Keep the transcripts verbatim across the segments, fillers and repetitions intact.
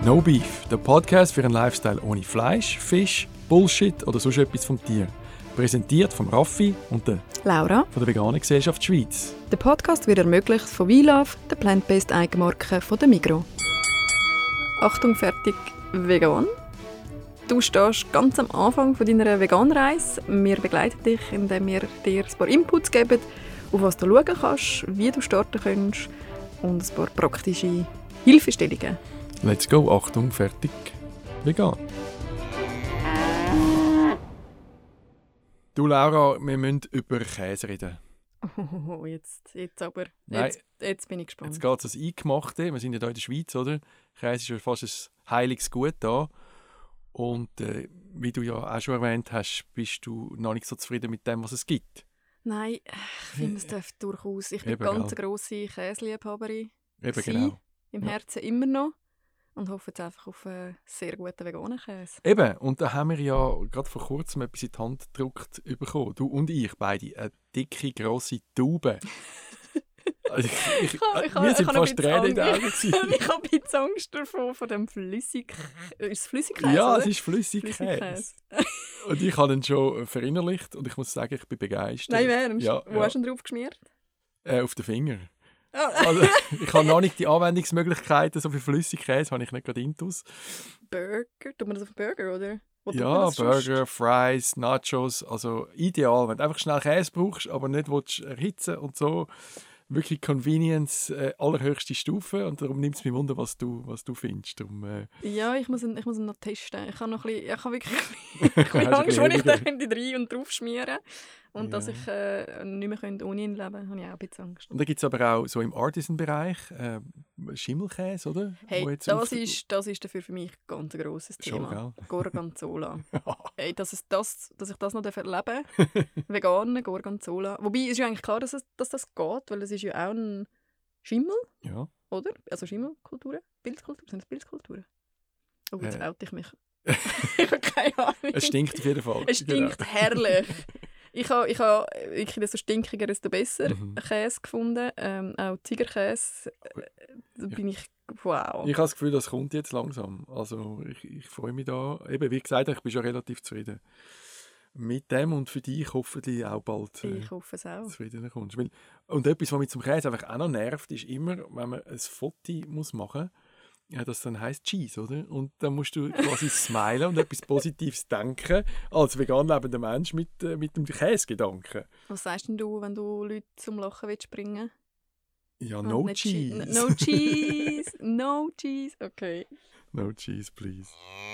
No Beef, der Podcast für einen Lifestyle ohne Fleisch, Fisch, Bullshit oder sonst etwas vom Tier. Präsentiert von Raffi und der Laura von der Veganen Gesellschaft Schweiz. Der Podcast wird ermöglicht von WeLove, der plant-based Eigenmarke von der Migros. Achtung, fertig, vegan. Du stehst ganz am Anfang von deiner Veganreise. Wir begleiten dich, indem wir dir ein paar Inputs geben, auf was du schauen kannst, wie du starten kannst und ein paar praktische Hilfestellungen. Let's go, Achtung, fertig, vegan. Du Laura, wir müssen über Käse reden. Oh, jetzt, jetzt aber. Nein, jetzt, jetzt bin ich gespannt. Jetzt geht es ans Eingemachte. Wir sind ja hier in der Schweiz, oder? Käse ist ja fast ein heiliges Gut da. Und äh, wie du ja auch schon erwähnt hast, bist du noch nicht so zufrieden mit dem, was es gibt. Nein, ich finde, es darf durchaus. Ich bin Eben, ganz gell? eine grosse Käseliebhaberin. Eben Gewesen, genau. Im Ja. Herzen immer noch. Und hoffe jetzt einfach auf einen sehr guten veganen Käse. Eben, und da haben wir ja gerade vor kurzem etwas in die Hand gedruckt bekommen. Du und ich beide. Eine dicke, grosse Taube. Also ich, ich, Ich habe- ich habe- wir ich sind habe ein fast Tränen in den bisschen Augen gewesen. Ich habe ein bisschen Angst davon, von dem Flüssig... Ist es Flüssigkäse, Ja, oder? es ist Flüssigkäse. Flüssigkäse. Und ich habe ihn schon verinnerlicht und ich muss sagen, ich bin begeistert. Nein, ernst? Ja, Wo ja. hast du ihn drauf geschmiert? Äh, auf den Finger. Ah. Also, ich habe noch nicht die Anwendungsmöglichkeiten, so viel Flüssigkäse habe ich nicht gerade intus. Burger? Tut man das auf Burger, oder? Wo tut man Ja, das sonst? Burger, Fries, Nachos, also ideal, wenn du einfach schnell Käse brauchst, aber nicht willst erhitzen und so. Wirklich Convenience, äh, allerhöchste Stufe und darum nimmt es mich wunder, was du, was du findest. Darum, äh, Ja, ich muss ihn, ich muss ihn noch testen. Ich habe noch ein bisschen, ich habe wirklich ich Hast habe du Angst, ein wenn ich bisschen da rein und drauf schmieren und Ja. dass ich äh, nicht mehr könnte ohne ihn leben könnte, habe ich auch ein bisschen Angst. und dann gibt es aber auch so im Artisan-Bereich äh, Schimmelkäse, oder? Hey, Wo jetzt das auf- ist, das ist dafür für mich ganz ein grosses Schon, Thema. gell? Gorgonzola. Hey, dass, es das, dass ich das noch erleben darf. Veganen Gorgonzola. Wobei, es ist ja eigentlich klar, dass, es, dass das geht, weil es ist ja auch ein Schimmel, Ja. oder? Also Schimmelkulturen? Bildkulturen? Sind das Bildkulturen? Oh, jetzt Äh. oute ich mich. Ich habe keine Ahnung. Es stinkt auf jeden Fall. Es stinkt Genau. herrlich. Ich habe ich ha wirklich desto stinkiger, desto besser Mhm. Käse gefunden. Ähm, auch Tigerkäse. Äh, Da bin ich... Wow. Ich habe das Gefühl, das kommt jetzt langsam. Also ich, ich freue mich da. Eben, wie gesagt, ich bin schon relativ zufrieden mit dem und für dich hoffentlich auch bald äh, Ich hoffe es auch. zufriedener kommst. Weil, und etwas, was mich zum Käse einfach auch noch nervt, ist immer, wenn man ein Foto muss machen muss, ja, das dann heisst Cheese, oder? Und dann musst du quasi smilen und etwas Positives denken, als vegan lebender Mensch mit, äh, mit dem Käsegedanken. Was sagst denn du, wenn du Leute zum Lachen willst bringen? Ja, Und no nicht Che- cheese. No cheese. No cheese. Okay. No cheese, please.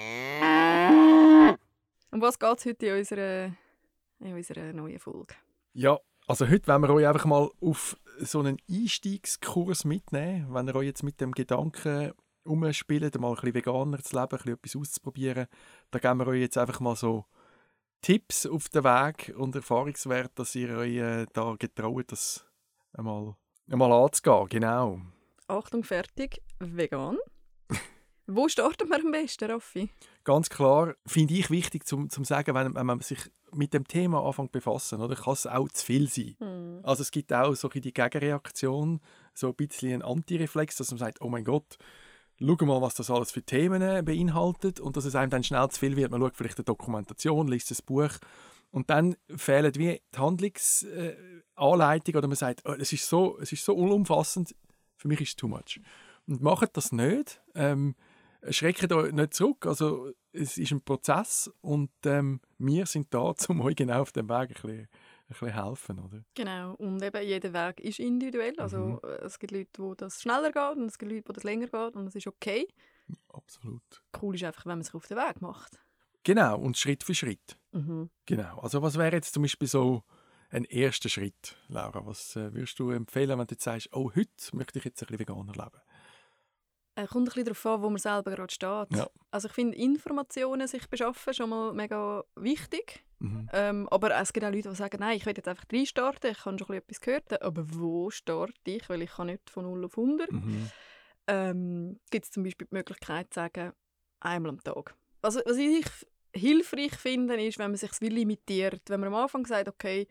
Um was geht es heute in unserer, in unserer neuen Folge? Ja, also heute wollen wir euch einfach mal auf so einen Einstiegskurs mitnehmen, wenn ihr euch jetzt mit dem Gedanken umspielt, mal ein bisschen veganer zu leben, ein bisschen etwas auszuprobieren. Da geben wir euch jetzt einfach mal so Tipps auf den Weg und Erfahrungswert, dass ihr euch äh, da getraut, das einmal, einmal anzugehen. Genau. Achtung, fertig. Vegan. Wo starten wir am besten, Raffi? Ganz klar finde ich wichtig zu zum sagen, wenn, wenn man sich mit dem Thema anfängt zu befassen, oder, kann es auch zu viel sein. Hm. Also es gibt auch so ein bisschen die Gegenreaktion, so ein bisschen ein Antireflex, dass man sagt, oh mein Gott, schau mal, was das alles für Themen äh, beinhaltet und dass es einem dann schnell zu viel wird. Man schaut vielleicht eine Dokumentation, liest ein Buch und dann fehlen wie die Handlungsanleitung oder man sagt, oh, es, ist so, es ist so unumfassend, für mich ist es too much. Und macht das nicht. Ähm, schreckt euch nicht zurück. Also, es ist ein Prozess und ähm, wir sind da, um euch genau auf dem Weg ein bisschen, ein bisschen helfen. Oder? Genau. Und eben, jeder Weg ist individuell. Also, Mhm. äh, es gibt Leute, wo das schneller geht und es gibt Leute, wo das länger geht und das ist okay. Absolut. Cool ist einfach, wenn man sich auf den Weg macht. Genau, und Schritt für Schritt. Mhm. Genau. Also was wäre jetzt zum Beispiel so ein erster Schritt, Laura? Was äh, würdest du empfehlen, wenn du jetzt sagst, oh, heute möchte ich jetzt ein bisschen veganer leben? Äh, kommt ein bisschen darauf an, wo man selber gerade steht. Ja. Also ich finde Informationen sich beschaffen schon mal mega wichtig. Mhm. Ähm, aber es gibt auch Leute, die sagen, nein, ich will jetzt einfach reinstarten, ich habe schon ein bisschen etwas gehört, aber wo starte ich, weil ich kann nicht von null auf hundert. Mhm. Ähm, gibt es zum Beispiel die Möglichkeit zu sagen, einmal am Tag. Also, was ich hilfreich finde, ist, wenn man sich limitiert. Wenn man am Anfang sagt, okay,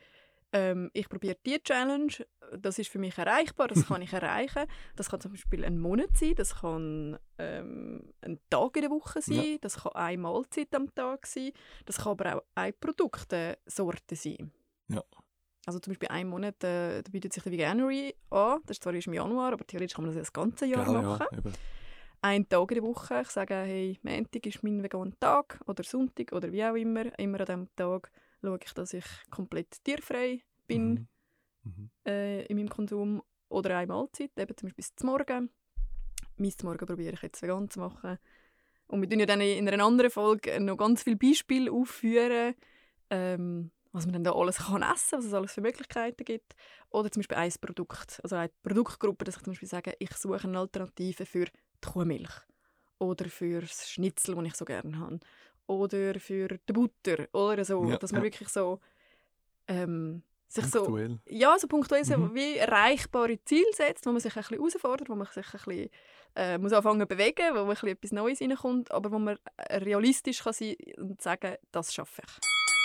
ähm, ich probiere diese Challenge, das ist für mich erreichbar, das kann ich erreichen. Das kann zum Beispiel ein Monat sein, das kann ähm, ein Tag in der Woche sein, ja. Das kann eine Mahlzeit am Tag sein, das kann aber auch eine Produktsorte sein. Ja. Also zum Beispiel einen Monat äh, da bietet sich der Veganuary an, das ist zwar erst im Januar, aber theoretisch kann man das das ganze Jahr Geil, machen. Ja, einen Tag in der Woche, ich sage, hey, Montag ist mein veganer Tag oder Sonntag oder wie auch immer, immer an diesem Tag schaue ich, dass ich komplett tierfrei bin mhm. Mhm. Äh, in meinem Konsum oder eine Mahlzeit, eben zum Beispiel zum Morgen. Mein zum Morgen probiere ich jetzt vegan zu machen. Und wir tun ja dann in einer anderen Folge noch ganz viele Beispiele aufführen, ähm, was man dann da alles kann essen kann, was es alles für Möglichkeiten gibt. Oder zum Beispiel ein Produkt, also eine Produktgruppe, dass ich zum Beispiel sage, ich suche eine Alternative für die Kuhmilch oder für das Schnitzel, das ich so gerne habe. Oder für die Butter oder so, ja, dass man ja. wirklich so ähm, sich punktuell. so ja so punktuell mhm. so wie erreichbare Ziele setzt, wo man sich ein bisschen herausfordert, wo man sich ein bisschen äh, muss anfangen zu bewegen, wo man ein bisschen etwas Neues reinkommt, aber wo man realistisch kann sein und sagen, das schaffe ich.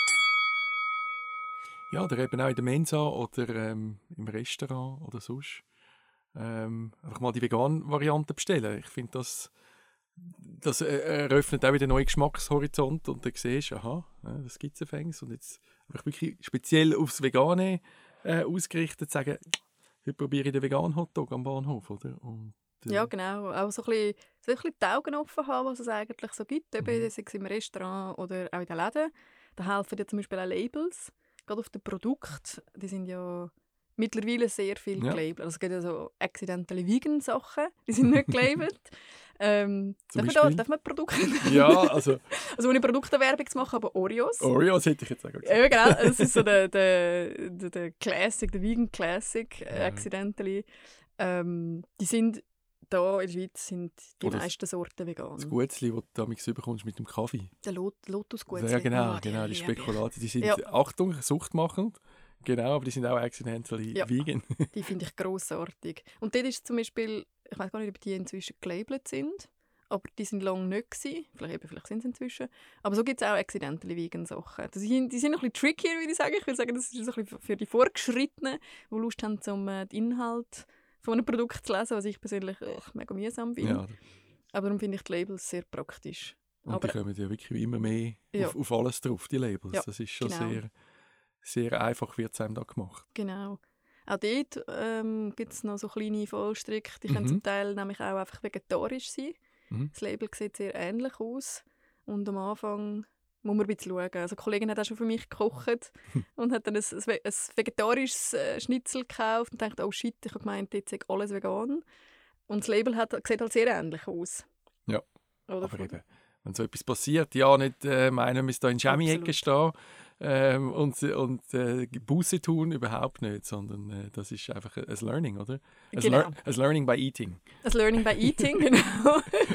Ja, oder eben auch in der Mensa oder ähm, im Restaurant oder sonst. Ähm, einfach mal die vegane Variante bestellen. Ich finde, das, das eröffnet auch wieder neue Geschmackshorizont und dann siehst du, aha, das gibt es und jetzt einfach wirklich speziell aufs Vegane äh, ausgerichtet sagen, heute probiere ich den veganen Hotdog am Bahnhof, oder? Und, äh, ja, genau. Auch so ein bisschen, so ein bisschen die Augen offen haben, was es eigentlich so gibt, eben, mhm. sei es im Restaurant oder auch in den Läden. Da helfen ja zum Beispiel auch Labels, gerade auf den Produkten. Die sind ja mittlerweile sehr viel ja. gelabelt. Also es gibt ja so accidentally vegan Sachen, die sind nicht gelabelt. ähm, darf, man da, darf man Produkte... ja, also... also ohne Produktewerbung zu machen, aber Oreos. Oreos hätte ich jetzt auch gesagt. Ja, genau. Das ist so der, der, der, der Classic, der Vegan Classic, ja. accidentally. Ähm, die sind... Da in der Schweiz sind die Oder meisten Sorten vegan. Das Guetzli, das du damals bekommst mit dem Kaffee. Der Lot Lotus-Guetzli. Ja, genau, oh, genau die Spekulate. Die sind, ja. Achtung, suchtmachend. Genau, aber die sind auch accidentally ja. vegan. Die finde ich grossartig. Und dort ist zum Beispiel, ich weiß gar nicht, ob die inzwischen gelabelt sind, aber die sind lange nicht gewesen. Vielleicht, eben, vielleicht sind sie inzwischen. Aber so gibt es auch accidentally vegan Sachen. Die sind, die sind noch ein bisschen trickier, würde ich sagen. Ich würde sagen, das ist so ein bisschen für die Fortgeschrittenen, die Lust haben, um äh, den Inhalt von einem Produkt zu lesen, was ich persönlich ach, mega mühsam finde. Ja. Aber darum finde ich die Labels sehr praktisch. Und aber, die kommen ja wirklich immer mehr ja. auf, auf alles drauf, die Labels. Ja, das ist schon genau. sehr, sehr einfach, wird es einem da gemacht. Genau. Auch dort ähm, gibt es noch so kleine Fallstricke, die mhm. können zum Teil nämlich auch einfach vegetarisch sein. Mhm. Das Label sieht sehr ähnlich aus. Und am Anfang muss man ein bisschen schauen. Also die Kollegin hat auch schon für mich gekocht und hat dann ein, ein, ein vegetarisches Schnitzel gekauft und dachte, oh shit, ich habe gemeint, jetzt ist alles vegan. Und das Label hat, sieht halt sehr ähnlich aus. Ja, Oder aber eben, wenn so etwas passiert, ja, nicht äh, meinen, wir müssen da in Chemie-Ecke stehen ähm, und, und äh, Buße tun, überhaupt nicht, sondern äh, das ist einfach ein Learning, oder? Ein genau. Lear- Learning by Eating. Ein Learning by Eating, genau.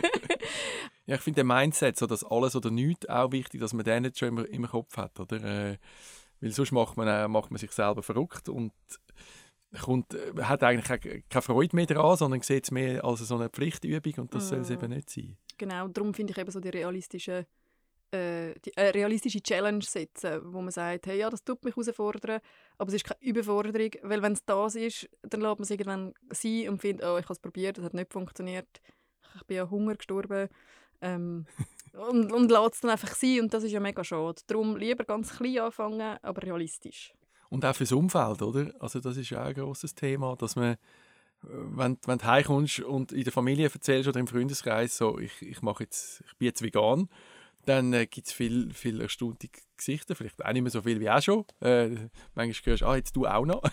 Ja, ich finde den Mindset, so das alles oder nichts, auch wichtig, dass man den nicht schon immer im Kopf hat, oder? Äh, weil sonst macht man, äh, macht man sich selber verrückt und kommt, äh, hat eigentlich keine, keine Freude mehr daran, sondern sieht es mehr als so eine Pflichtübung und das mm. soll es eben nicht sein. Genau, darum finde ich eben so die realistische, äh, die, äh, realistische Challenge setzen, wo man sagt, hey, ja, das tut mich herausfordern, aber es ist keine Überforderung, weil wenn es das ist, dann lässt man es irgendwann sein und findet, oh, ich habe es probiert, das hat nicht funktioniert, ich bin ja Hunger gestorben. Ähm, und, und lässt es dann einfach sein und das ist ja mega schade. Darum lieber ganz klein anfangen, aber realistisch. Und auch fürs Umfeld, oder? Also das ist ja auch ein grosses Thema, dass man, wenn, wenn du heimkommst und in der Familie erzählst oder im Freundeskreis, so, ich, ich, mache jetzt, ich bin jetzt vegan, dann äh, gibt es viele viel erstaunte Gesichter, vielleicht auch nicht mehr so viel wie auch schon. Äh, manchmal hörst du, ah, jetzt du auch noch.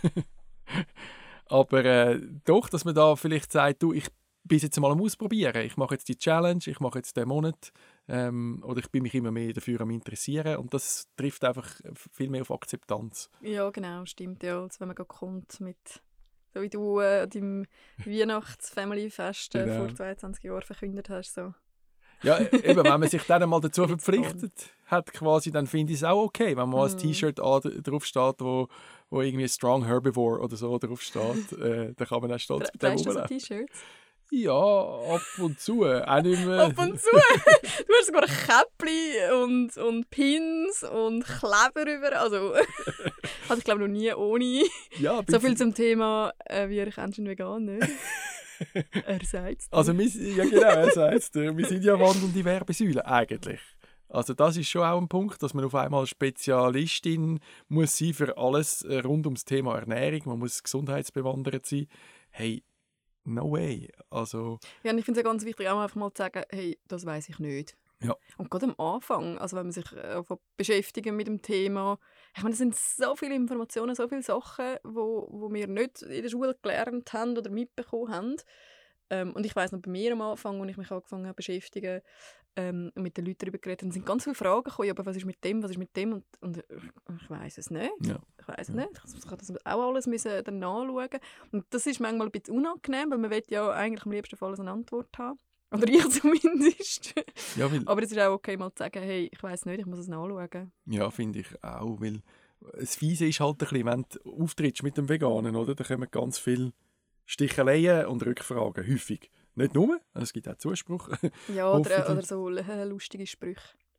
aber äh, doch, dass man da vielleicht sagt, du, ich bin jetzt mal am Ausprobieren. Ich mache jetzt die Challenge, ich mache jetzt den Monat ähm, oder ich bin mich immer mehr dafür am Interessieren und das trifft einfach viel mehr auf Akzeptanz. Ja, genau, stimmt. Ja. Also wenn man kommt mit, so wie du äh, deinem Weihnachts-Family-Fest äh, genau. vor zweiundzwanzig Jahren verkündet hast. So. Ja, eben, wenn man sich dann mal dazu verpflichtet hat, quasi, dann finde ich es auch okay, wenn man mal ein T-Shirt drauf steht, wo, wo irgendwie Strong Herbivore oder so drauf steht, äh, dann kann man auch stolz mit dem rumlaufen. T-Shirts? Ja, ab und zu. Auch nicht mehr. Ab und zu. Du hast sogar Käppli und, und Pins und Kleber über. Also, hatte ich glaube noch nie ohne. Ja, So viel zum Thema, äh, wie erkennst du einen Vegan, nicht? Er sagt es. Also, wir, ja genau, er sagt es. Wir sind ja wandelnde Werbesäulen, eigentlich. Also das ist schon auch ein Punkt, dass man auf einmal Spezialistin muss sein für alles rund ums Thema Ernährung. Man muss gesundheitsbewandert sein. Hey, no way. Also, ja, und ich finde es ja ganz wichtig, auch einfach mal zu sagen, hey, das weiss ich nicht. Ja. Und gerade am Anfang, also wenn man sich äh, beschäftigen mit dem Thema, ich meine, es sind so viele Informationen, so viele Sachen, wo, wo wir nicht in der Schule gelernt haben oder mitbekommen haben. Ähm, und ich weiss noch, bei mir am Anfang, als ich mich angefangen habe zu beschäftigen ähm, und mit den Leuten darüber geredet habe, sind ganz viele Fragen gekommen, aber was ist mit dem, was ist mit dem? Und, und ich, ich weiss es nicht. Ja. Ich weiss es nicht. Ich habe das auch alles müssen dann nachschauen. Und das ist manchmal ein bisschen unangenehm, weil man will ja eigentlich am liebsten auf alles eine Antwort haben. Oder ich zumindest. Ja, weil, aber es ist auch okay, mal zu sagen, hey, ich weiss nicht, ich muss es nachschauen. Ja, finde ich auch, weil das Fiese ist halt ein bisschen, wenn du auftrittst mit dem Veganen, oder? Da kommen ganz viele Sticheleien und Rückfragen, häufig. Nicht nur, es gibt auch Zuspruch. Ja, oder, oder so lustige Sprüche.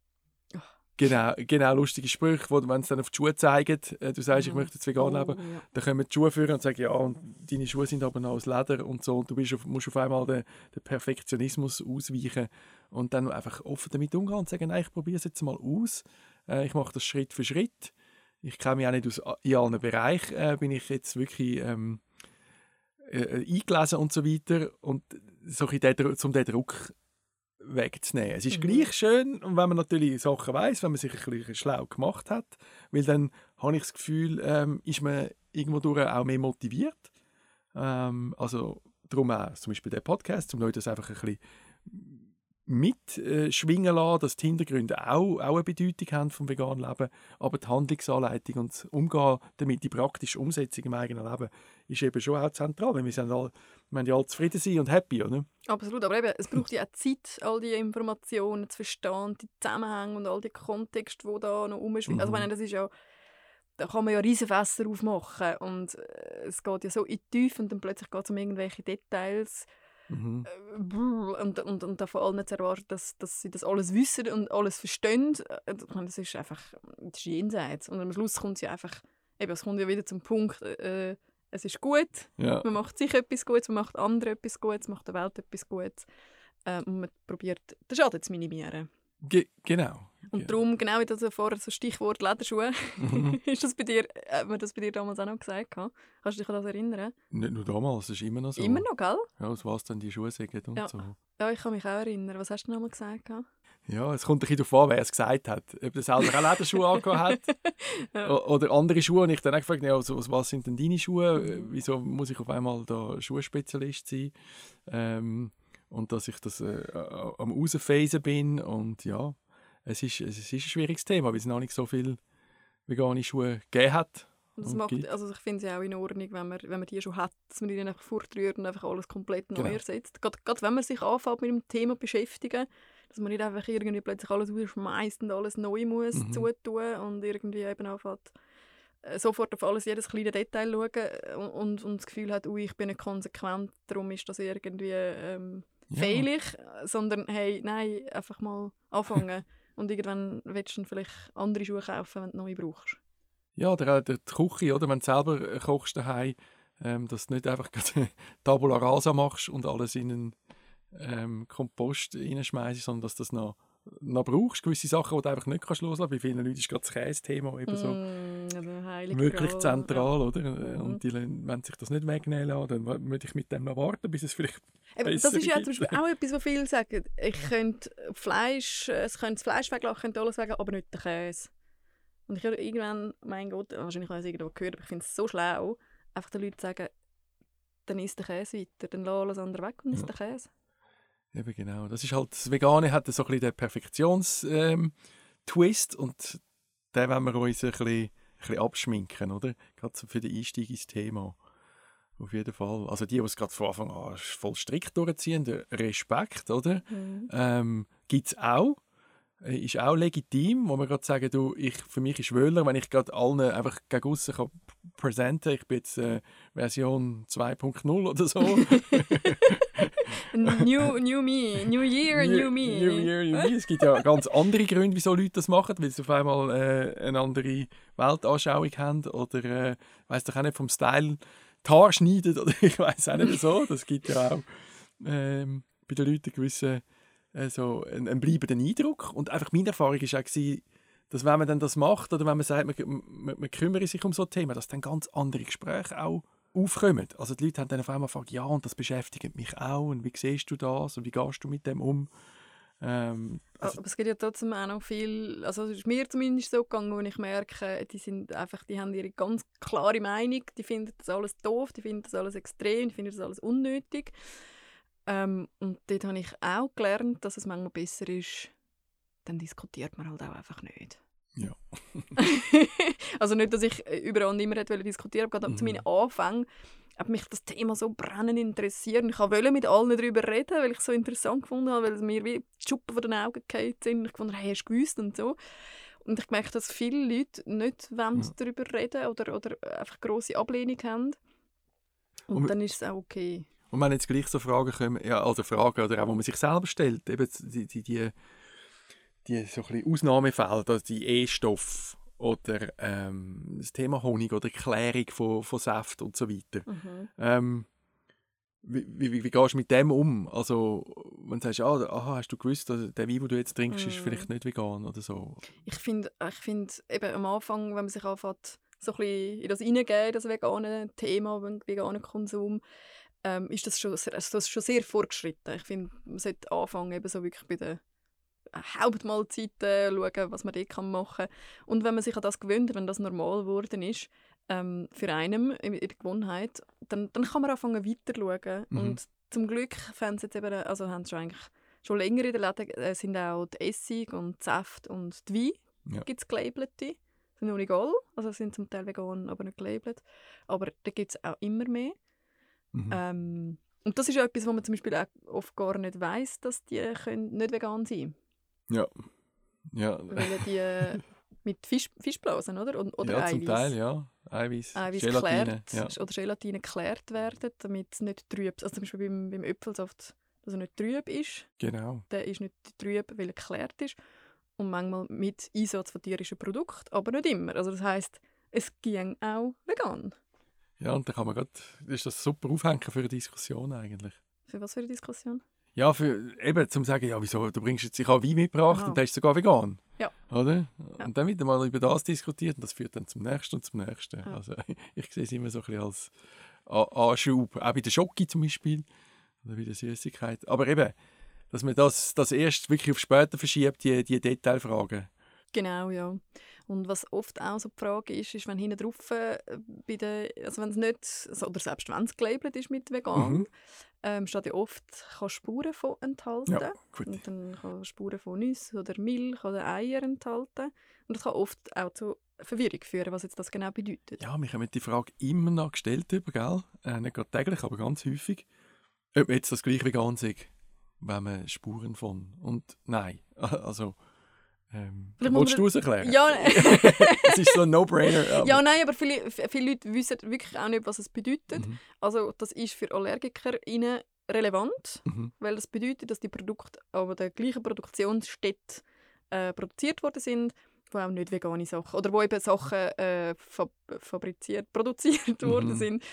Genau, genau, lustige Sprüche, wo, wenn es dann auf die Schuhe zeigt, äh, du sagst, mhm. ich möchte jetzt vegan leben, oh, ja. Dann kommen die Schuhe führen und sagen, ja, und deine Schuhe sind aber noch aus Leder und so, und du bist auf, musst auf einmal den, den Perfektionismus ausweichen und dann einfach offen damit umgehen und sagen, nein, ich probiere es jetzt mal aus, äh, ich mache das Schritt für Schritt, ich kenne mich auch nicht aus in allen Bereichen, äh, bin ich jetzt wirklich ähm, äh, eingelesen und so weiter, und so ein bisschen um den Druck wegzunehmen. Es ist mhm. gleich schön, wenn man natürlich Sachen weiss, wenn man sich ein bisschen schlau gemacht hat, weil dann habe ich das Gefühl, ähm, ist man irgendwo durch auch mehr motiviert. Ähm, also darum auch zum Beispiel der Podcast, um Leute das einfach ein bisschen mitschwingen lassen, dass die Hintergründe auch, auch eine Bedeutung haben vom veganen Leben, aber die Handlungsanleitung und das Umgehen damit, die praktische Umsetzung im eigenen Leben, ist eben schon auch zentral, weil wir sind alle, wir wollen ja alle zufrieden sein und happy, oder? Absolut, aber eben, es braucht ja auch Zeit, all diese Informationen zu verstehen, die Zusammenhänge und all die Kontexte, die da noch rumschwingen. Mhm. Also ich meine, das ist ja, da kann man ja riesen Fässer aufmachen und es geht ja so in die Tiefe und dann plötzlich geht es um irgendwelche Details. Mhm. Und, und, und da von allen zu erwarten, dass, dass sie das alles wissen und alles verstehen, das ist einfach das ist jenseits. Und am Schluss kommt es ja einfach, eben, es kommt ja wieder zum Punkt, äh, es ist gut, ja. Man macht sich etwas Gutes, man macht anderen etwas Gutes, man macht der Welt etwas Gutes äh, und man probiert, den Schaden zu minimieren. Ge- genau. Und ja. Darum, genau wie du vorher so Stichwort Lederschuhe, mhm. ist das bei dir, hat man das bei dir damals auch noch gesagt? Kannst du dich an das erinnern? Nicht nur damals, es ist immer noch so. Immer noch, gell? Ja, aus was dann die Schuhe sagen und ja. so. Ja, ich kann mich auch erinnern. Was hast du damals gesagt? Ja, es kommt ein bisschen darauf an, wer es gesagt hat. Ob er selber auch Lederschuhe angehabt hat ja. oder andere Schuhe. Und ich dann auch gefragt, ja, also, was sind denn deine Schuhe? Wieso muss ich auf einmal da Schuhspezialist sein? Ähm, und dass ich das äh, am Rausphasen bin. Und ja, es ist, es ist ein schwieriges Thema, weil es noch nicht so viele vegane Schuhe gegeben hat. Und das macht, also ich finde es ja auch in Ordnung, wenn man, wenn man die schon hat, dass man die dann einfach fortrührt und einfach alles komplett neu genau. ersetzt. Gerade, gerade wenn man sich anfängt mit dem Thema beschäftigen, dass man nicht einfach irgendwie plötzlich alles rausschmeißt und alles neu muss mhm. zutun und irgendwie eben anfängt, sofort auf alles, jedes kleine Detail schauen und, und, und das Gefühl hat, ui, ich bin nicht konsequent, darum ist das irgendwie ähm, ja. fehlig, sondern hey, nein, einfach mal anfangen. Und irgendwann willst du dann vielleicht andere Schuhe kaufen, wenn du neue brauchst. Ja, oder auch die Küche, oder? Wenn du selber kochst daheim, ähm, dass du nicht einfach Tabula Rasa machst und alles in einen ähm, Kompost reinschmeißt, sondern dass du das noch, noch brauchst. Gewisse Sachen, die du einfach nicht kannst loslassen. Bei vielen Leuten ist gerade das Käse-Thema eben so mm, wirklich Grau, zentral, ja. Oder? Mm. Und die, wenn sich das nicht wegnehmen lassen, dann würde ich mit dem noch warten, bis es vielleicht Eben, das ist ja zum Beispiel auch etwas, was viele sagen. Ich könnte Fleisch, es könnte das Fleisch weglassen, könnte alles weglassen, aber nicht den Käse. Und ich habe irgendwann, mein Gott, wahrscheinlich habe ich es irgendwo gehört, aber ich finde es so schlau, einfach den Leuten zu sagen, dann isst der Käse weiter, dann lass alles andere weg und isst ja. den Käse. Eben genau. Das ist halt, das Vegane hat so ein bisschen den Perfektions-Twist ähm, und den wollen wir uns ein bisschen, ein bisschen abschminken, oder? Gerade so für den Einstieg ins Thema. Auf jeden Fall. Also die, die es gerade von Anfang an voll strikt durchziehen, der Respekt, oder? Mhm. Ähm, gibt es auch. Ist auch legitim, wo man gerade sagen, du, ich, für mich ist Wöhler, wenn ich gerade allen einfach gegen aussen kann präsentieren, ich bin jetzt äh, Version zwei Punkt null oder so. New, new me, New Year, New, new me. New Year, New me. Es gibt ja ganz andere Gründe, wieso Leute das machen, weil sie auf einmal äh, eine andere Weltanschauung haben oder äh, weiss doch auch nicht vom Style die Haare schneiden oder ich weiss auch nicht so. Das gibt ja auch ähm, bei den Leuten einen gewissen äh, so einen, einen bleibenden Eindruck. Und einfach meine Erfahrung war auch, gewesen, dass wenn man dann das macht oder wenn man sagt, man, man, man kümmere sich um so Themen, dass dann ganz andere Gespräche auch aufkommen. Also die Leute haben dann auf einmal gefragt, ja, und das beschäftigt mich auch und wie siehst du das und wie gehst du mit dem um? Ähm, also aber es gibt ja trotzdem auch noch viel, also es ist mir zumindest so gegangen, wo ich merke, die sind einfach, die haben ihre ganz klare Meinung, die finden das alles doof, die finden das alles extrem, die finden das alles unnötig. Ähm, und dort habe ich auch gelernt, dass es manchmal besser ist, dann diskutiert man halt auch einfach nicht. Ja. Also nicht, dass ich überall nicht mehr diskutieren wollte, aber mhm. zu meinen Anfängen hat mich das Thema so brennend interessiert. Und ich wollte mit allen darüber reden, weil ich es so interessant gefunden habe, weil es mir wie die Schuppen von den Augen gefallen sind. Und ich fand, hey, hast du gewusst und so. Und ich merke, dass viele Leute nicht wollen mhm. darüber reden oder, oder einfach grosse Ablehnung haben. Und, und dann ist es auch okay. Und wenn jetzt gleich so Fragen kommen, ja, also Fragen, oder auch, wo man sich selber stellt, eben die, die, die die so ein bisschen Ausnahmefälle, also die E-Stoffe oder ähm, das Thema Honig oder Klärung von, von Säften und so weiter. Mhm. Ähm, wie, wie, wie gehst du mit dem um? Also, wenn du sagst, ah, aha, hast du gewusst, der Wein, den du jetzt trinkst, mhm. ist vielleicht nicht vegan oder so? Ich finde ich find, eben am Anfang, wenn man sich anfängt, so ein bisschen in das hineingehen, das vegane Thema, den veganen Konsum, ähm, ist das schon, also das ist schon sehr fortgeschritten. Ich finde, man sollte anfangen, eben so wirklich bei den Hauptmahlzeiten schauen, was man dort machen kann. Und wenn man sich an das gewöhnt, wenn das normal geworden ist, ähm, für einen in, in der Gewohnheit, dann, dann kann man anfangen weiter schauen. Mhm. Und zum Glück jetzt eben, also haben sie schon, eigentlich schon länger in der Läden, äh, sind auch die Essig und die Säfte und die Wein, ja. Gibt es gelabelte. Sind noch nicht alle, also sind zum Teil vegan, aber nicht gelabelt. Aber da gibt es auch immer mehr. Mhm. Ähm, und das ist etwas, wo man zum Beispiel auch oft gar nicht weiss, dass die können nicht vegan sein können. Ja. ja. Weil die äh, mit Fisch, Fischblasen, oder? Und, oder ja, Eiweiß. zum Teil, ja. Eiweiß, Eiweiß Gelatine. Klärt, ja. Oder Gelatine geklärt werden, damit es nicht trüb ist. Also zum Beispiel beim, beim Äpfelsaft, dass er nicht trüb ist. Genau. Der ist nicht trüb, weil er geklärt ist. Und manchmal mit Einsatz von tierischen Produkten, aber nicht immer. Also das heisst, es ging auch vegan. Ja, und da kann man grad, ist das super aufhängen für eine Diskussion eigentlich. Für was für eine Diskussion? Ja, für, eben zum sagen, ja, wieso, du bringst jetzt, ich habe Wein mitgebracht Aha. und der ist sogar vegan. Ja. Oder? Ja. Und dann wird mal über das diskutiert und das führt dann zum nächsten und zum nächsten. Ja. Also ich sehe es immer so ein bisschen als Anschub, auch bei der Schoki zum Beispiel oder bei der Süßigkeit. Aber eben, dass man das, das erst wirklich auf später verschiebt, die, die Detailfragen. Genau, ja. Und was oft auch so die Frage ist, ist, wenn hinten drauf, äh, bei den, also wenn es nicht, also, oder selbst wenn es gelabelt ist mit vegan, mhm. ähm, steht ja oft, kann Spuren von enthalten. Ja, gut. Und dann kann Spuren von Nüssen oder Milch oder Eier enthalten. Und das kann oft auch zu Verwirrung führen, was jetzt das genau bedeutet. Ja, wir haben die Frage immer noch gestellt, gell? Äh, nicht gerade täglich, aber ganz häufig, ob jetzt das gleich vegan ist, wenn man Spuren von. Und nein, also Ähm, willst du es erklären? Ja, es ist so ein No-Brainer. Aber. Ja, nein, aber viele, viele Leute wissen wirklich auch nicht, was es bedeutet. Mhm. Also das ist für AllergikerInnen relevant, mhm. weil das bedeutet, dass die Produkte an der gleichen Produktionsstätte äh, produziert worden sind, wo auch nicht vegane Sachen, oder wo eben Sachen äh, fab fabriziert, produziert mhm. worden sind,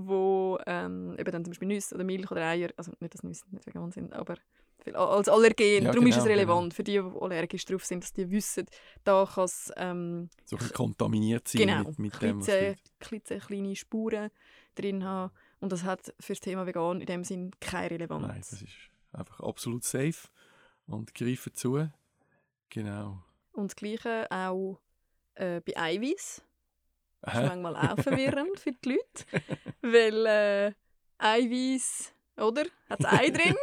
wo ähm, eben dann zum Beispiel Nüsse oder Milch oder Eier, also nicht, dass Nüsse nicht vegan sind, aber als Allergen. Ja, Darum genau, ist es relevant genau. für die, die allergisch drauf sind, dass die wissen, da kann es ähm, so ein kontaminiert sein genau, mit, mit klitze, dem, klitze, kleine Spuren drin haben. Und das hat für das Thema Vegan in dem Sinn keine Relevanz. Nein, das ist einfach absolut safe und greifen zu. Genau. Und das Gleiche auch äh, bei Eiweiß. Das ist manchmal auch verwirrend für die Leute, weil äh, Eiweiß, oder? Hat es Ei drin?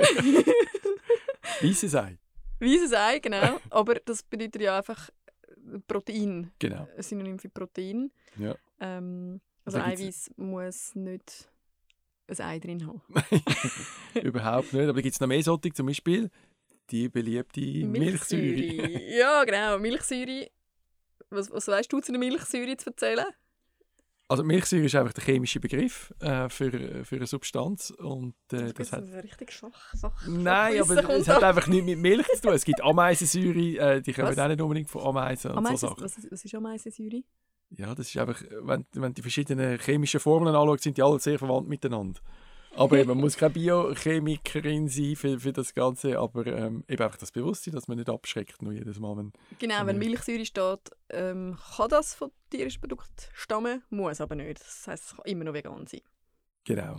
Weißes Ei. Weißes Ei, genau. Aber das bedeutet ja einfach Protein. Genau. Ein Synonym für Protein. Ja. Ähm, also Eiweiß muss nicht ein Ei drin haben. Überhaupt nicht. Aber da gibt es noch mehr Sorten, zum Beispiel die beliebte Milchsäure. Milchsäure. Ja, genau. Milchsäure. Was, was weißt du zu der Milchsäure zu erzählen? Also Milchsäure ist einfach der chemische Begriff äh, für, für eine Substanz. Und, äh, das hat... richtig Fach, Fach, Nein, aber es hat einfach nichts mit Milch zu tun. Es gibt Ameisensäure, äh, die kommen auch nicht unbedingt von Ameisen und Ameisen, so Sachen. Was, ist, was ist Ameisensäure? Ja, das ist einfach, wenn, wenn die verschiedenen chemischen Formeln anschaut, sind die alle sehr verwandt miteinander. Aber eben, man muss keine Biochemikerin sein für, für das Ganze, aber ähm, eben einfach das Bewusstsein, dass man nicht abschreckt, nur jedes Mal, wenn... Genau, wenn Milchsäure steht, ähm, kann das von tierischen Produkten stammen, muss aber nicht. Das heisst, es kann immer noch vegan sein. Genau.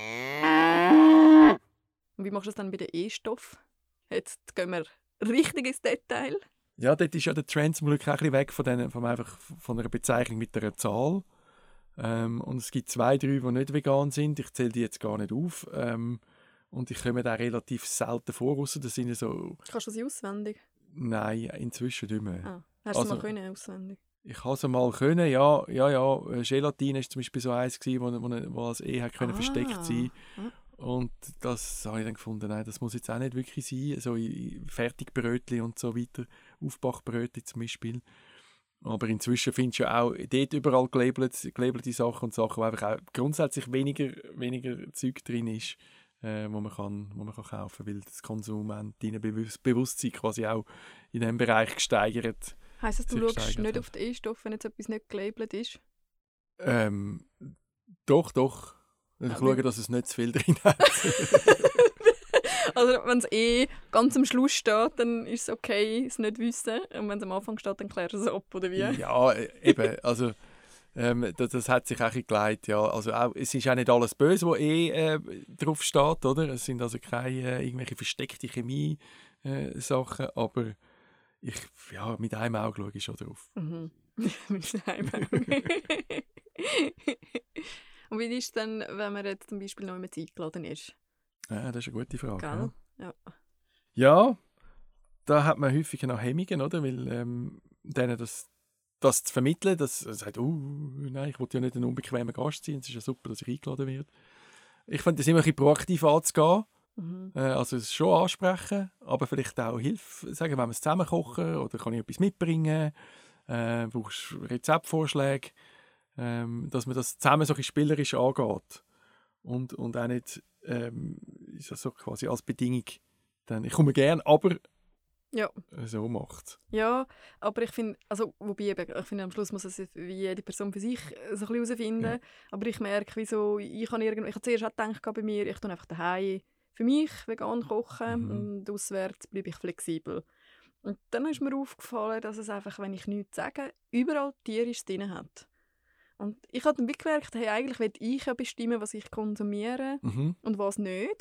Und wie machst du das dann bei den E-Stoffen? Jetzt gehen wir richtig ins Detail. Ja, dort ist ja der Trend zum Glück auch ein bisschen weg von, den, von, einfach von einer Bezeichnung mit einer Zahl. Ähm, und es gibt zwei, drei, die nicht vegan sind. Ich zähle die jetzt gar nicht auf. Ähm, und ich komme da relativ selten vor. Ausser das sind so... Kannst du sie auswendig? Nein, inzwischen nicht mehr. Ah, hast du also, es mal können, auswendig? Ich habe es mal können, ja. ja, ja. Gelatine war zum Beispiel so eins, wo, wo, wo als E hat können ah. versteckt sein. Und das habe ich dann gefunden, nein, das muss jetzt auch nicht wirklich sein. So Fertigbrötchen und so weiter. Aufbackbrötchen zum Beispiel. Aber inzwischen findest du ja auch dort überall gelabelte, gelabelte Sachen und Sachen, wo einfach auch grundsätzlich weniger, weniger Zeug drin ist, äh, wo man, kann, wo man kann kaufen kann, weil das Konsumentinnenbewusstsein quasi auch in diesem Bereich gesteigert. Heisst das, du schaust nicht hat. Auf die E-Stoffe, wenn jetzt etwas nicht gelabelt ist? Ähm, doch, doch. Ich ah, schaue, dass es nicht zu viel drin hat. Also wenn es eh ganz am Schluss steht, dann ist es okay, es nicht wissen. Und wenn es am Anfang steht, dann klärt es ab, oder wie? Ja, eben. Also, ähm, das, das hat sich auch gelegt, ja. Also auch, es ist auch nicht alles böse, was eh äh, drauf steht, oder? Es sind also keine äh, irgendwelche versteckte Chemie-Sachen, äh, aber ich, ja, mit einem Auge schaue ich schon drauf. Mhm. Mit einem Auge. Und wie ist es dann, wenn man jetzt zum Beispiel noch immer eingeladen ist? Ja, das ist eine gute Frage. Ja. Ja. ja, da hat man häufig noch Hemmungen, oder? Weil ähm, denen das, das zu vermitteln, dass er sagt, uh, nein, ich will ja nicht ein unbequemer Gast sein, es ist ja super, dass ich eingeladen werde. Ich finde das immer ein bisschen proaktiv anzugehen. Mhm. Äh, also es schon ansprechen, aber vielleicht auch Hilfe, sagen, wenn wir es zusammen kochen oder kann ich etwas mitbringen, äh, brauchst du Rezeptvorschläge, ähm, dass man das zusammen so ein bisschen spielerisch angeht. Und, und auch nicht ähm, so quasi als Bedingung, dann, ich komme gerne, aber ja. so macht. Ja, aber ich finde, also, wobei ich finde, am Schluss muss es wie jede Person für sich so ein bisschen herausfinden. Ja. Aber ich merke, wieso, ich habe irgend, ich habe zuerst auch gedacht bei mir, ich tue einfach daheim für mich vegan kochen mhm. und auswärts bleibe ich flexibel. Und dann ist mir aufgefallen, dass es einfach, wenn ich nichts sage, überall tierisch drin hat. Und ich habe dann gemerkt, hey, eigentlich will ich ja bestimmen, was ich konsumiere mhm. und was nicht.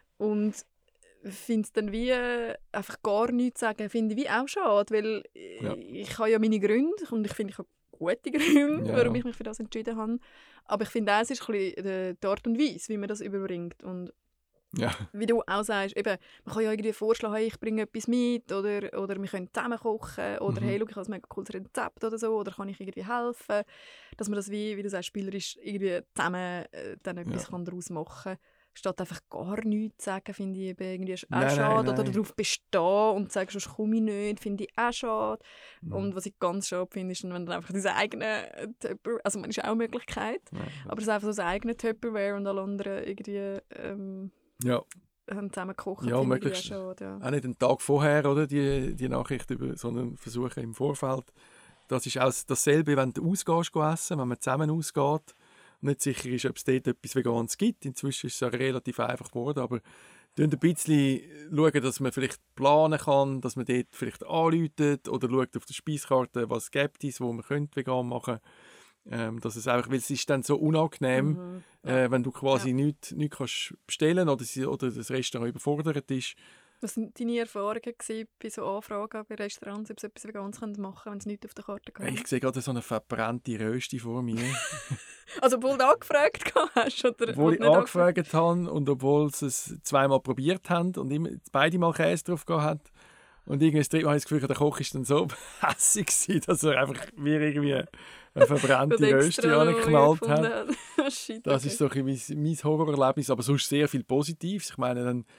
Und finde es dann wie einfach gar nichts sagen, finde ich wie auch schade, weil ja. ich habe ja meine Gründe und ich finde, ich habe gute Gründe, ja, warum ich mich für das entschieden habe. Aber ich finde auch, es ist ein bisschen die Art und Weise, wie man das überbringt. Und ja. wie du auch sagst, eben, man kann ja irgendwie vorschlagen, hey, ich bringe etwas mit oder, oder wir können zusammen kochen oder mhm. hey, look, ich habe ein mega cooles Rezept oder so oder kann ich irgendwie helfen, dass man das wie, wie du sagst, spielerisch irgendwie zusammen äh, dann etwas ja. kann daraus machen kann. Statt einfach gar nichts zu sagen, finde ich irgendwie auch nein, schade. Nein, nein. Oder darauf bestehen und sagen, sonst komme ich nicht, finde ich auch schade. Mhm. Und was ich ganz schade finde, ist, wenn dann einfach diese eigene Tupperware, also man ist auch eine Möglichkeit, ja, ja. aber es ist einfach so das eigene Tupperware und alle anderen irgendwie ähm, ja. haben zusammen gekocht. Ja, möglichst schade, ja. Auch nicht einen Tag vorher, oder, die, die Nachricht über, sondern versuchen im Vorfeld. Das ist auch dasselbe, wenn du ausgehst, essen, wenn man zusammen ausgeht. Nicht sicher ist, ob es dort etwas Veganes gibt. Inzwischen ist es ja relativ einfach geworden, aber schauen ein bisschen schauen, dass man vielleicht planen kann, dass man dort vielleicht anläutet oder schaut auf der Speiskarte, was gibt es, wo man könnte vegan machen könnte. Ähm, dass es einfach, weil es ist dann so unangenehm, mhm. ja. äh, wenn du quasi ja. nichts, nichts kannst bestellen oder, oder das Restaurant überfordert ist. Was waren deine Erfahrungen bei so Anfragen bei Restaurants, ob sie etwas Veganes machen können, wenn es nichts auf der Karte gibt? Ich sehe gerade so eine verbrannte Rösti vor mir. Also obwohl du angefragt hast? Oder obwohl ich angefragt habe und obwohl sie es zweimal probiert haben und immer, beide Mal Käse drauf gehabt hat. Und irgendwie das dritte Mal habe ich das Gefühl, der Koch war dann so hässig gewesen, dass er einfach mir irgendwie eine verbrannte Rösti angeknallt hat. Shit, das okay. ist so ein bisschen mein, mein Horrorerlebnis, aber sonst sehr viel Positives. Ich meine, dann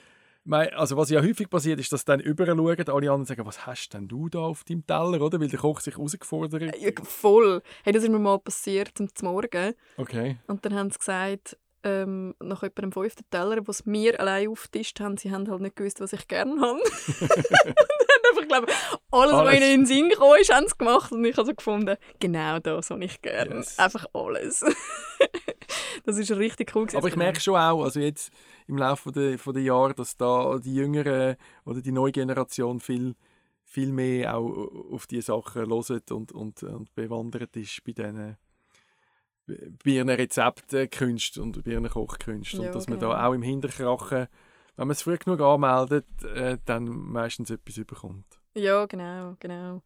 Mei, also was ja häufig passiert, ist, dass dann überall schauen, alle anderen sagen, was hast denn du da auf deinem Teller, oder? Weil der Koch sich herausgefordert hat. Ja, voll. Hey, das ist mir mal passiert zum Morgen. Okay. Und dann haben sie gesagt, ähm, nach etwa einem fünften Teller, was mir allein aufgetischt haben, sie haben halt nicht gewusst, was ich gerne habe. Und haben einfach, glaube alles, alles, was ihnen in den Sinn kam, ist, haben sie gemacht. Und ich habe so gefunden, genau das, was ich gerne. Yes. Einfach alles. Das ist richtig cool gewesen. Aber ich merke schon auch, also jetzt im Laufe der, von der Jahre, dass da die Jüngeren oder die neue Generation viel, viel mehr auch auf diese Sachen hört und, und, und bewandert ist bei diesen bei ihren Rezeptkünsten und bei ihren Kochkünsten. Ja, und dass man genau. da auch im Hinterkrachen, wenn man es früh genug anmeldet, äh, dann meistens etwas überkommt. Ja, genau, genau.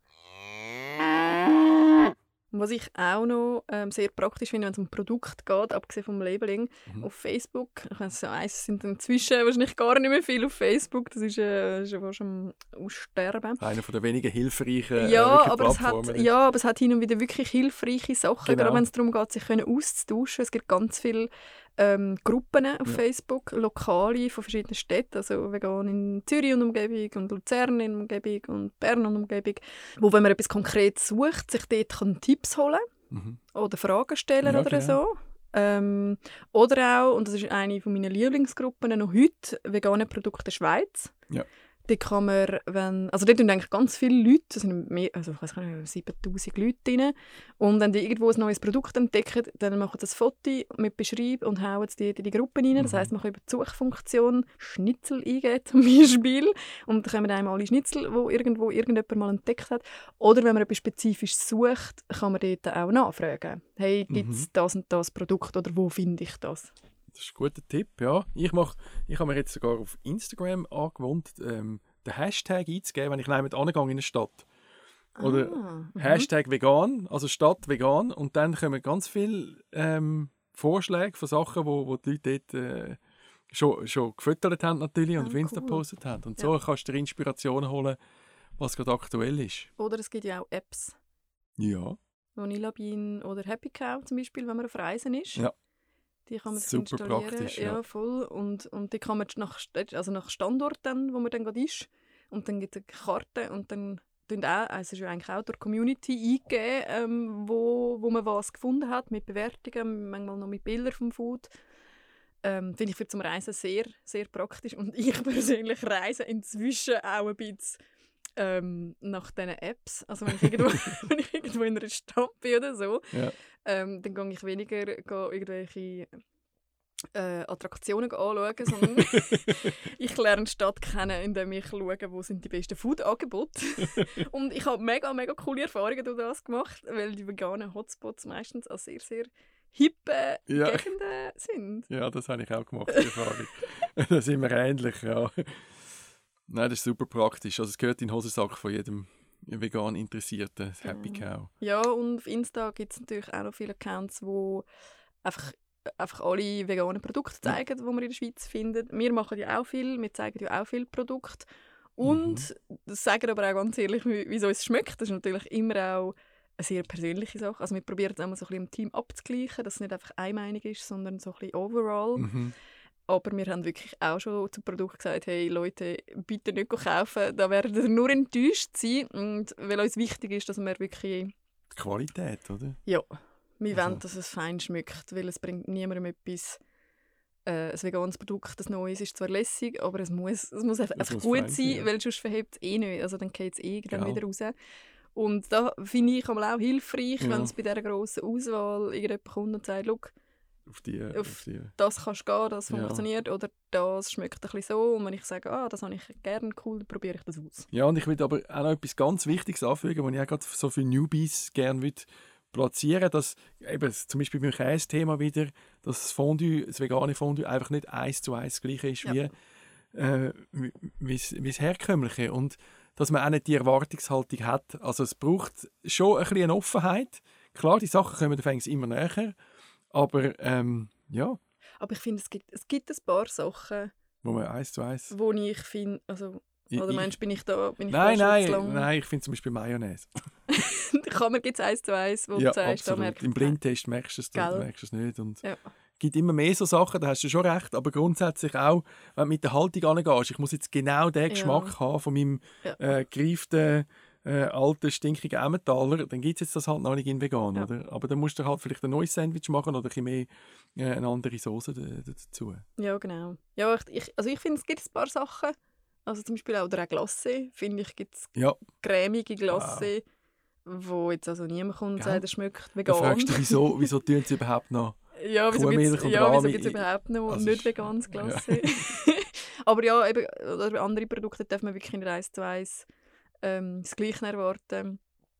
Und was ich auch noch ähm, sehr praktisch finde, wenn es um Produkt geht, abgesehen vom Labeling, mhm. auf Facebook, ich weiss, so eins sind inzwischen wahrscheinlich gar nicht mehr viel auf Facebook, das ist, äh, ist ja fast am Aussterben. Einer von der wenigen hilfreichen ja, äh, aber es hat, ja, aber es hat hin und wieder wirklich hilfreiche Sachen, genau. Gerade wenn es darum geht, sich können auszutauschen. Es gibt ganz viele ähm, Gruppen auf ja. Facebook, lokale von verschiedenen Städten, also vegan in Zürich und Umgebung und Luzern in Umgebung und Bern und Umgebung, wo, wenn man etwas Konkretes sucht, sich dort kann Tipps holen mhm. oder Fragen stellen ja, oder genau. so. Ähm, oder auch, und das ist eine meiner Lieblingsgruppen noch heute, vegane Produkte Schweiz. Ja. Dort kann man, wenn, also dort sind eigentlich ganz viele Leute, es sind mehr, also ich weiß nicht, siebentausend Leute drin. Und wenn die irgendwo ein neues Produkt entdecken, dann machen sie ein Foto mit Beschreibung und hauen es in die Gruppe rein. Mhm. Das heisst, man kann über die Suchfunktion Schnitzel eingeben zum Beispiel. Und dann kommen einem alle Schnitzel, die irgendwo irgendjemand mal entdeckt hat. Oder wenn man etwas spezifisch sucht, kann man dort auch nachfragen. Hey, gibt es mhm. das und das Produkt oder wo finde ich das? Das ist ein guter Tipp, ja. Ich, mach, ich habe mir jetzt sogar auf Instagram angewohnt, ähm, den Hashtag einzugeben, wenn ich mit angehe in eine Stadt. Oder ah, Hashtag vegan, also Stadt vegan. Und dann kommen ganz viele ähm, Vorschläge von Sachen, wo, wo die Leute dort äh, schon, schon gefüttert haben natürlich und ah, auf Insta cool. gepostet haben. Und so ja. kannst du dir Inspirationen holen, was gerade aktuell ist. Oder es gibt ja auch Apps. Ja. Vanilla Bean oder Happy Cow zum Beispiel, wenn man auf Reisen ist. Ja. Die kann man Super installieren. praktisch, ja. ja. voll. Und, und die kann man nach, also nach Standort, dann, wo man dann gerade ist. Und dann gibt es eine Karte und dann tun auch, also es ist ja eigentlich auch durch die Community eingegeben, ähm, wo, wo man was gefunden hat, mit Bewertungen, manchmal noch mit Bildern vom Food. Ähm, finde ich für zum Reisen sehr, sehr praktisch. Und ich persönlich reise inzwischen auch ein bisschen ähm, nach diesen Apps. Also wenn ich irgendwo, wenn ich irgendwo in einer Stadt bin oder so, ja. ähm, dann gehe ich weniger gehe irgendwelche äh, Attraktionen anschauen, sondern ich lerne die Stadt kennen, indem ich schaue, wo sind die besten Food-Angebote. Und ich habe mega, mega coole Erfahrungen durch das gemacht, weil die veganen Hotspots meistens auch sehr, sehr hippe ja. Gegenden sind. Ja, das habe ich auch gemacht, die Erfahrung. Das ist immer ähnlich, ja. Nein, das ist super praktisch. Also es gehört in den Hosensack von jedem vegan Interessierten, das Happy Cow. Ja, und auf Insta gibt es natürlich auch noch viele Accounts, die einfach, einfach alle veganen Produkte zeigen, die man in der Schweiz findet. Wir machen ja auch viel, wir zeigen ja auch viele Produkte. Und mhm. das sagen aber auch ganz ehrlich, wie es uns schmeckt. Das ist natürlich immer auch eine sehr persönliche Sache. Also wir probieren es immer so ein bisschen im Team abzugleichen, dass es nicht einfach eine Meinung ist, sondern so ein bisschen overall. Mhm. Aber wir haben wirklich auch schon zu Produkten gesagt, hey Leute, bitte nicht kaufen, da werden wir nur enttäuscht sein. Und weil uns wichtig ist, dass wir wirklich... Die Qualität, oder? Ja, wir also. wollen, dass es fein schmeckt, weil es bringt niemandem etwas. Äh, ein veganes Produkt, das Neues ist zwar lässig, aber es muss, es muss einfach, es einfach muss gut sein, ja. Weil sonst verhebt es eh nicht. Also dann geht es eh dann genau. wieder raus. Und da finde ich auch hilfreich, ja. wenn es bei dieser grossen Auswahl irgendjemand kommt und sagt, «Schau, Auf, die, auf, auf die. das kannst du gehen, das ja. funktioniert oder das schmeckt ein bisschen so.» Und wenn ich sage, ah, das habe ich gerne, cool, dann probiere ich das aus. Ja, und ich würde aber auch noch etwas ganz Wichtiges anfügen, was ich auch gerade so für Newbies gerne würde platzieren, dass eben zum Beispiel beim Käse-Thema wieder, dass das Fondue, das vegane Fondue einfach nicht eins zu eins das gleiche ist ja. wie, äh, wie, wie das herkömmliche. Und dass man auch nicht die Erwartungshaltung hat. Also es braucht schon ein bisschen eine Offenheit. Klar, die Sachen kommen anfangs immer näher. Aber ähm, ja. Aber ich finde, es gibt, es gibt ein paar Sachen, wo man eins zu eins. Wo ich finde, also, oder ich, meinst du, bin ich da, bin ich nein, da nein, schon zu lang? Nein, ich finde zum Beispiel Mayonnaise. Kann man gibt es eins zu eins, wo ja, du sagst, absolut. Im Blindtest merkst du es, du merkst es nicht. Und ja. gibt immer mehr so Sachen, da hast du schon recht, aber grundsätzlich auch, wenn du mit der Haltung angehst, ich muss jetzt genau den Geschmack Ja. haben von meinem Ja. äh, gereiften, äh, alten, stinkigen Emmentaler, dann gibt es jetzt das halt noch nicht in vegan, Ja. oder? Aber dann musst du halt vielleicht ein neues Sandwich machen oder ein bisschen mehr äh, eine andere Soße d- d- dazu. Ja, genau. Ja, ich, ich, also ich finde, es gibt ein paar Sachen. Also zum Beispiel auch der Glacé, finde ich, gibt es Ja, cremige Glacé, wo jetzt also niemand kommt und Gell? sagt, es schmeckt dann vegan. fragst du, wieso, wieso tun sie überhaupt noch? Ja, wieso Kuhmilch gibt es und ja, wieso Rahmi- gibt's überhaupt noch Also nicht ist- veganes ja. Glacé? Aber ja, eben, oder bei anderen Produkten darf man wirklich nicht eins zu eins ähm, das Gleiche erwarten.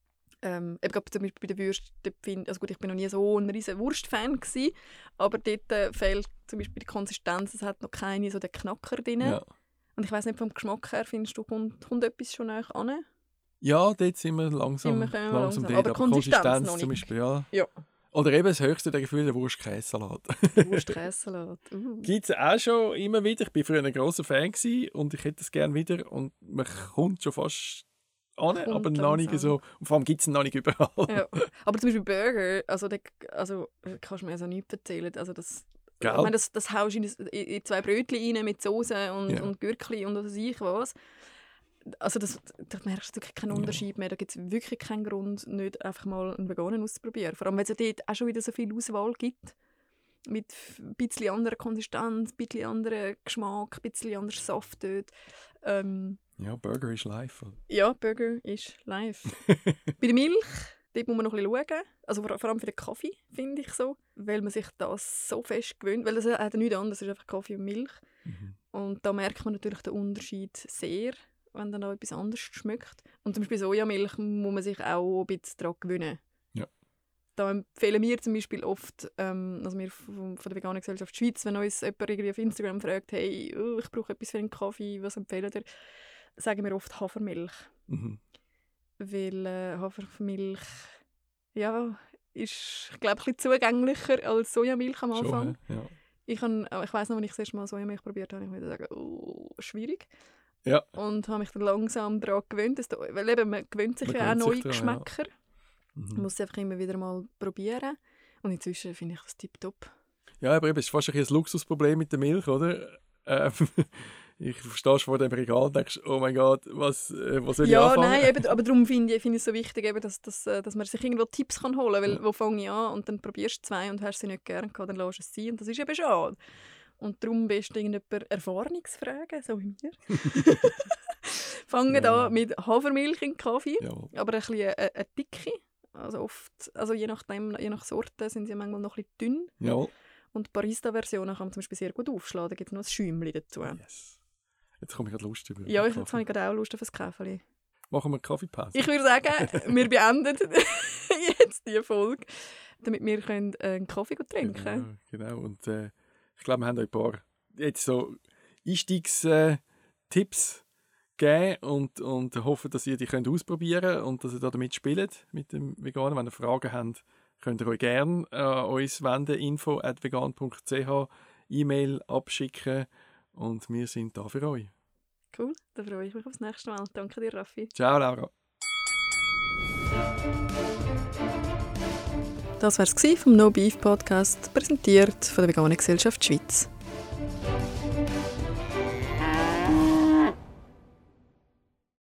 Ähm, eben gerade zum Beispiel bei den Würsten, dort find, also gut, ich bin noch nie so ein riesen Wurstfan gewesen, aber dort äh, fehlt zum Beispiel die Konsistenz, es hat noch keine so den Knacker drin. Ja. Und ich weiss nicht, vom Geschmack her, findest du, kommt, kommt etwas schon näher an? Ja, dort sind wir langsam, Sind wir können wir langsam, langsam. dort. Aber Konsistenz noch zum nicht. Beispiel, ja. Ja. Oder eben das höchste der Gefühle, der Wurst-Käsesalat. Wurst-Käsesalat. Uh. Gibt es auch schon immer wieder. Ich war früher ein grosser Fan gewesen und ich hätte es gerne wieder. Und man kommt schon fast an, Kommt aber noch nicht langsam. so. Und vor allem gibt es noch nicht überall. Ja. Aber zum Beispiel Burger, also, da, also kannst du mir also nichts erzählen. Also das, Gell? ich meine, das, das haust du in, ein- in zwei Brötchen rein mit Soße und, Ja. und Gürkli und was weiß ich was. Also das, da merkst du wirklich keinen Ja. Unterschied mehr. Da gibt es wirklich keinen Grund, nicht einfach mal einen veganen auszuprobieren. Vor allem, weil es ja dort auch schon wieder so viel Auswahl gibt. Mit ein bisschen anderer Konsistenz, ein bisschen anderer Geschmack, ein bisschen anderer Saft dort. Ähm, Ja, Burger ist live. ja, Burger ist live. Bei der Milch, dort muss man noch ein bisschen schauen. Also vor, vor allem für den Kaffee, finde ich so. Weil man sich das so fest gewöhnt. Weil das hat ja nichts anderes, es ist einfach Kaffee und Milch. Mhm. Und da merkt man natürlich den Unterschied sehr, wenn dann auch etwas anderes schmeckt. Und zum Beispiel Sojamilch muss man sich auch ein bisschen daran gewöhnen. Ja. Da empfehlen wir zum Beispiel oft, ähm, also wir von, von der Veganen Gesellschaft Schweiz, wenn uns jemand irgendwie auf Instagram fragt, hey, oh, ich brauche etwas für einen Kaffee, was empfehlen ihr? Sagen wir oft Hafermilch. Mhm. Weil äh, Hafermilch ja, ist, ich glaube, ein bisschen zugänglicher als Sojamilch am Anfang. Schon, ja. Ich, kann, ich weiss noch, als ich das erste Mal Sojamilch probiert habe, habe ich mir sagen, oh, schwierig. Ja. Und habe mich dann langsam daran gewöhnt. Dass da, weil eben, man gewöhnt sich Man ja auch gewöhnt neue sich dran, Geschmäcker. Man Mhm. muss es einfach immer wieder mal probieren. Und inzwischen finde ich das tipptopp. Ja, aber eben, es ist fast ein, bisschen ein Luxusproblem mit der Milch, oder? Ähm, ich verstehe vor dem Regal und denkst, oh mein Gott, was, äh, was soll ich Ja, anfangen? nein, eben, aber darum finde ich, find ich es so wichtig, eben, dass, dass, äh, dass man sich irgendwo Tipps kann holen kann. Weil Ja. wo fange ich an und dann probierst du zwei und hast sie nicht gern gehabt, dann lässt du es sein. Und das ist eben schade. Und darum bist du irgendjemand Erfahrungsfragen, so wie mir. Fangen Ja. an mit Hafermilch in den Kaffee. Jawohl. Aber ein bisschen eine, eine dicke. Also oft, also je nachdem, je nach Sorte sind sie manchmal noch ein bisschen dünn. Jawohl. Und die Barista-Versionen kann man zum Beispiel sehr gut aufschlagen. Da gibt es noch ein Schäumchen dazu. Yes. Jetzt komme ich gerade Lust über. Ja, ich, Kaffee. jetzt habe ich gerade auch Lust auf ein Käferchen. Machen wir eine Kaffeepause. Ich würde sagen, wir beenden jetzt diese Folge, damit wir können, äh, einen Kaffee trinken können. Genau, genau. Und äh, ich glaube, wir haben euch ein paar jetzt so Einstiegstipps gegeben und, und hoffen, dass ihr die könnt ausprobieren und dass ihr da damit spielt mit dem Veganen. Wenn ihr Fragen habt, könnt ihr euch gerne an uns wenden, info at vegan punkt c h, E-Mail abschicken und wir sind da für euch. Cool, dann freue ich mich aufs nächste Mal. Danke dir, Raffi. Ciao, Laura. Das war es vom No Beef Podcast, präsentiert von der Veganen Gesellschaft Schweiz.